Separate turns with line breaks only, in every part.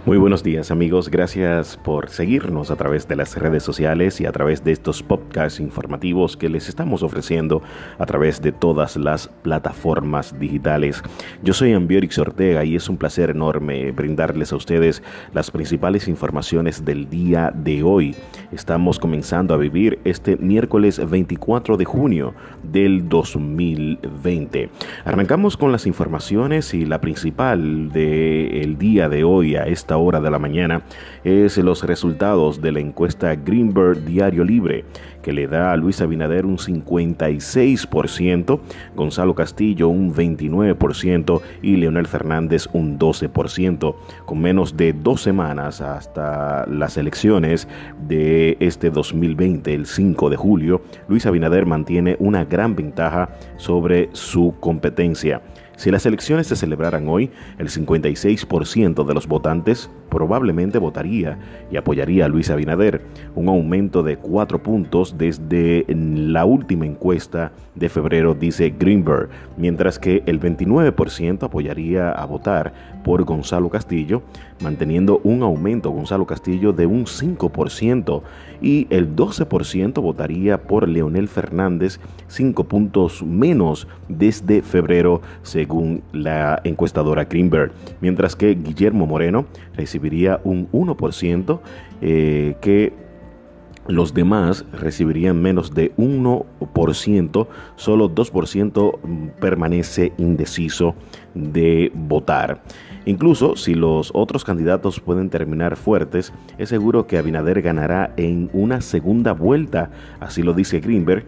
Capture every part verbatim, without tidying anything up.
Muy buenos días amigos, gracias por seguirnos a través de las redes sociales y a través de estos podcasts informativos que les estamos ofreciendo a través de todas las plataformas digitales. Yo soy Ambiorix Ortega y es un placer enorme brindarles a ustedes las principales informaciones del día de hoy. Estamos comenzando a vivir este miércoles veinticuatro de junio del dos mil veinte. Arrancamos con las informaciones y la principal del día de hoy a esta hora de la mañana es los resultados de la encuesta Greenberg Diario Libre, que le da a Luis Abinader un cincuenta y seis por ciento, Gonzalo Castillo un veintinueve por ciento y Leonel Fernández un doce por ciento. Con menos de dos semanas hasta las elecciones de este dos mil veinte, el cinco de julio, Luis Abinader mantiene una gran ventaja sobre su competencia. Si las elecciones se celebraran hoy, el cincuenta y seis por ciento de los votantes probablemente votaría y apoyaría a Luis Abinader, un aumento de cuatro puntos desde la última encuesta de febrero, dice Greenberg, mientras que el veintinueve por ciento apoyaría a votar por Gonzalo Castillo, manteniendo un aumento Gonzalo Castillo de un cinco por ciento, y el doce por ciento votaría por Leonel Fernández, cinco puntos menos desde febrero, según la encuestadora Greenberg, mientras que Guillermo Moreno recibiría un uno por ciento, eh, que los demás recibirían menos de uno por ciento, solo dos por ciento permanece indeciso de votar. Incluso si los otros candidatos pueden terminar fuertes, es seguro que Abinader ganará en una segunda vuelta, así lo dice Greenberg,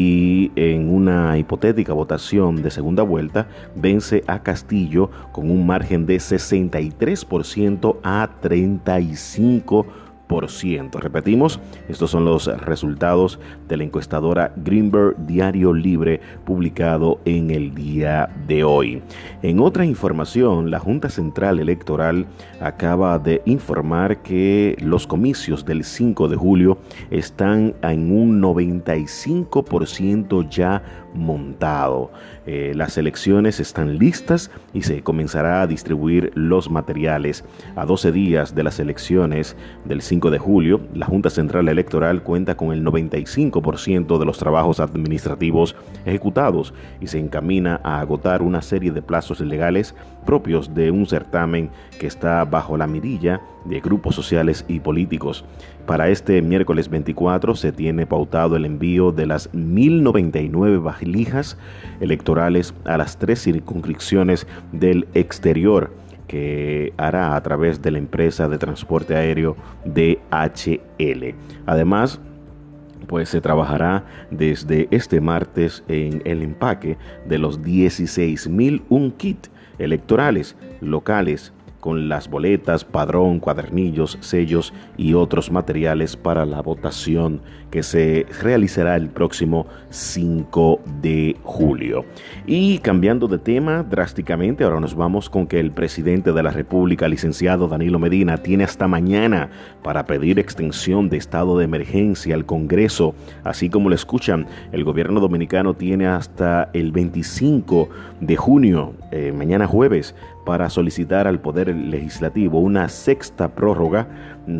y en una hipotética votación de segunda vuelta vence a Castillo con un margen de sesenta y tres por ciento a treinta y cinco por ciento. Por ciento. Repetimos, estos son los resultados de la encuestadora Greenberg Diario Libre, publicado en el día de hoy. En otra información, la Junta Central Electoral acaba de informar que los comicios del cinco de julio están en un noventa y cinco por ciento ya montado. Eh, las elecciones están listas y se comenzará a distribuir los materiales. A doce días de las elecciones del cinco de julio, la Junta Central Electoral cuenta con el noventa y cinco por ciento de los trabajos administrativos ejecutados y se encamina a agotar una serie de plazos legales propios de un certamen que está bajo la mirilla de grupos sociales y políticos. Para este miércoles veinticuatro se tiene pautado el envío de las mil noventa y nueve valijas electorales a las tres circunscripciones del exterior, que hará a través de la empresa de transporte aéreo D H L. Además, pues se trabajará desde este martes en el empaque de los dieciséis mil un kits electorales locales, con las boletas, padrón, cuadernillos, sellos y otros materiales para la votación que se realizará el próximo cinco de julio. Y cambiando de tema drásticamente, ahora nos vamos con que el presidente de la República, licenciado Danilo Medina, tiene hasta mañana para pedir extensión de estado de emergencia al Congreso. Así como lo escuchan, el gobierno dominicano tiene hasta el veinticinco de junio, eh, mañana jueves, para solicitar al Poder Legislativo una sexta prórroga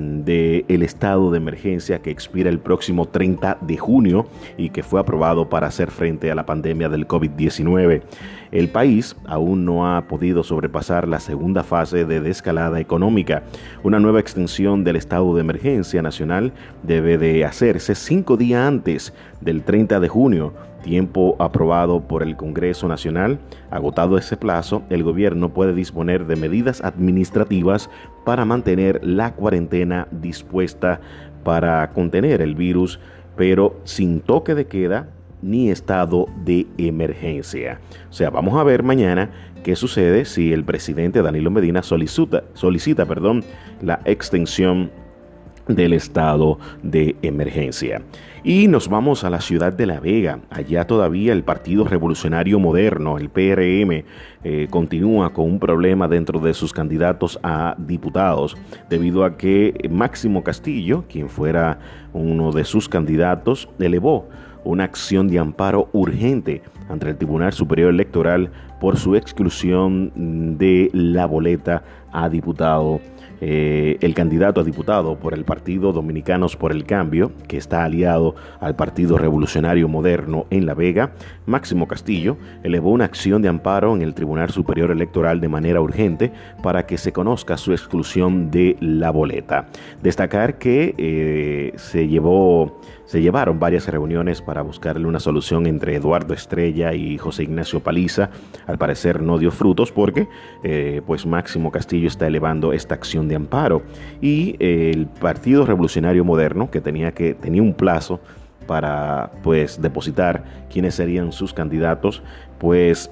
del estado de emergencia que expira el próximo treinta de junio y que fue aprobado para hacer frente a la pandemia del COVID diecinueve. El país aún no ha podido sobrepasar la segunda fase de desescalada económica. Una nueva extensión del estado de emergencia nacional debe de hacerse cinco días antes del treinta de junio, tiempo aprobado por el Congreso Nacional. Agotado ese plazo, el gobierno puede disponer de medidas administrativas para mantener la cuarentena dispuesta para contener el virus, pero sin toque de queda ni estado de emergencia. O sea, vamos a ver mañana qué sucede si el presidente Danilo Medina solicita, solicita perdón, la extensión del estado de emergencia. Y nos vamos a la ciudad de La Vega. Allá todavía el Partido Revolucionario Moderno, el P R M, eh, continúa con un problema dentro de sus candidatos a diputados, debido a que Máximo Castillo, quien fuera uno de sus candidatos, elevó una acción de amparo urgente ante el Tribunal Superior Electoral por su exclusión de la boleta a diputado. Eh, el candidato a diputado por el Partido Dominicanos por el Cambio, que está aliado al Partido Revolucionario Moderno en La Vega, Máximo Castillo, elevó una acción de amparo en el Tribunal Superior Electoral de manera urgente para que se conozca su exclusión de la boleta. Destacar que eh, se llevó... Se llevaron varias reuniones para buscarle una solución entre Eduardo Estrella y José Ignacio Paliza. Al parecer no dio frutos porque eh, pues Máximo Castillo está elevando esta acción de amparo. Y eh, el Partido Revolucionario Moderno, que tenía, que tenía un plazo para pues depositar quiénes serían sus candidatos, pues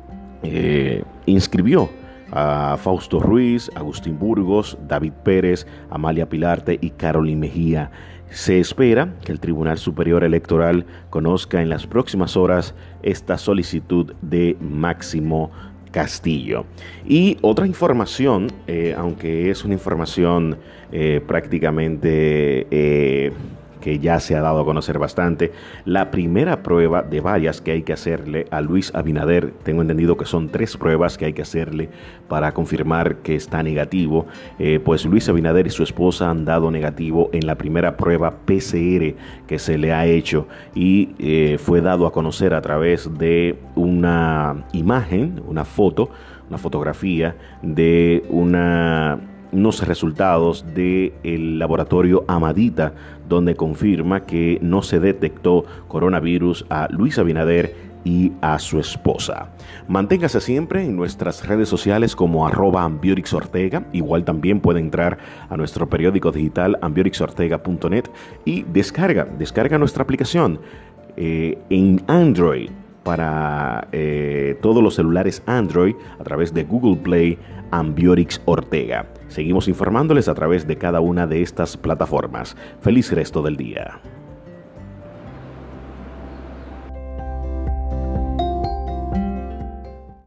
eh, inscribió a Fausto Ruiz, Agustín Burgos, David Pérez, Amalia Pilarte y Carolyn Mejía. Se espera que el Tribunal Superior Electoral conozca en las próximas horas esta solicitud de Máximo Castillo. Y otra información, eh, aunque es una información eh, prácticamente... Eh, que ya se ha dado a conocer bastante, la primera prueba de varias que hay que hacerle a Luis Abinader, tengo entendido que son tres pruebas que hay que hacerle para confirmar que está negativo, eh, pues Luis Abinader y su esposa han dado negativo en la primera prueba P C R que se le ha hecho y eh, fue dado a conocer a través de una imagen, una foto, una fotografía de una... unos resultados del laboratorio Amadita, donde confirma que no se detectó coronavirus a Luis Abinader y a su esposa. Manténgase siempre en nuestras redes sociales como arroba Ambiorix Ortega. Igual también puede entrar a nuestro periódico digital ambiorix ortega punto net y descarga, descarga nuestra aplicación eh, en Android para eh, todos los celulares Android a través de Google Play, Ambiorix Ortega. Seguimos informándoles a través de cada una de estas plataformas. Feliz resto del día.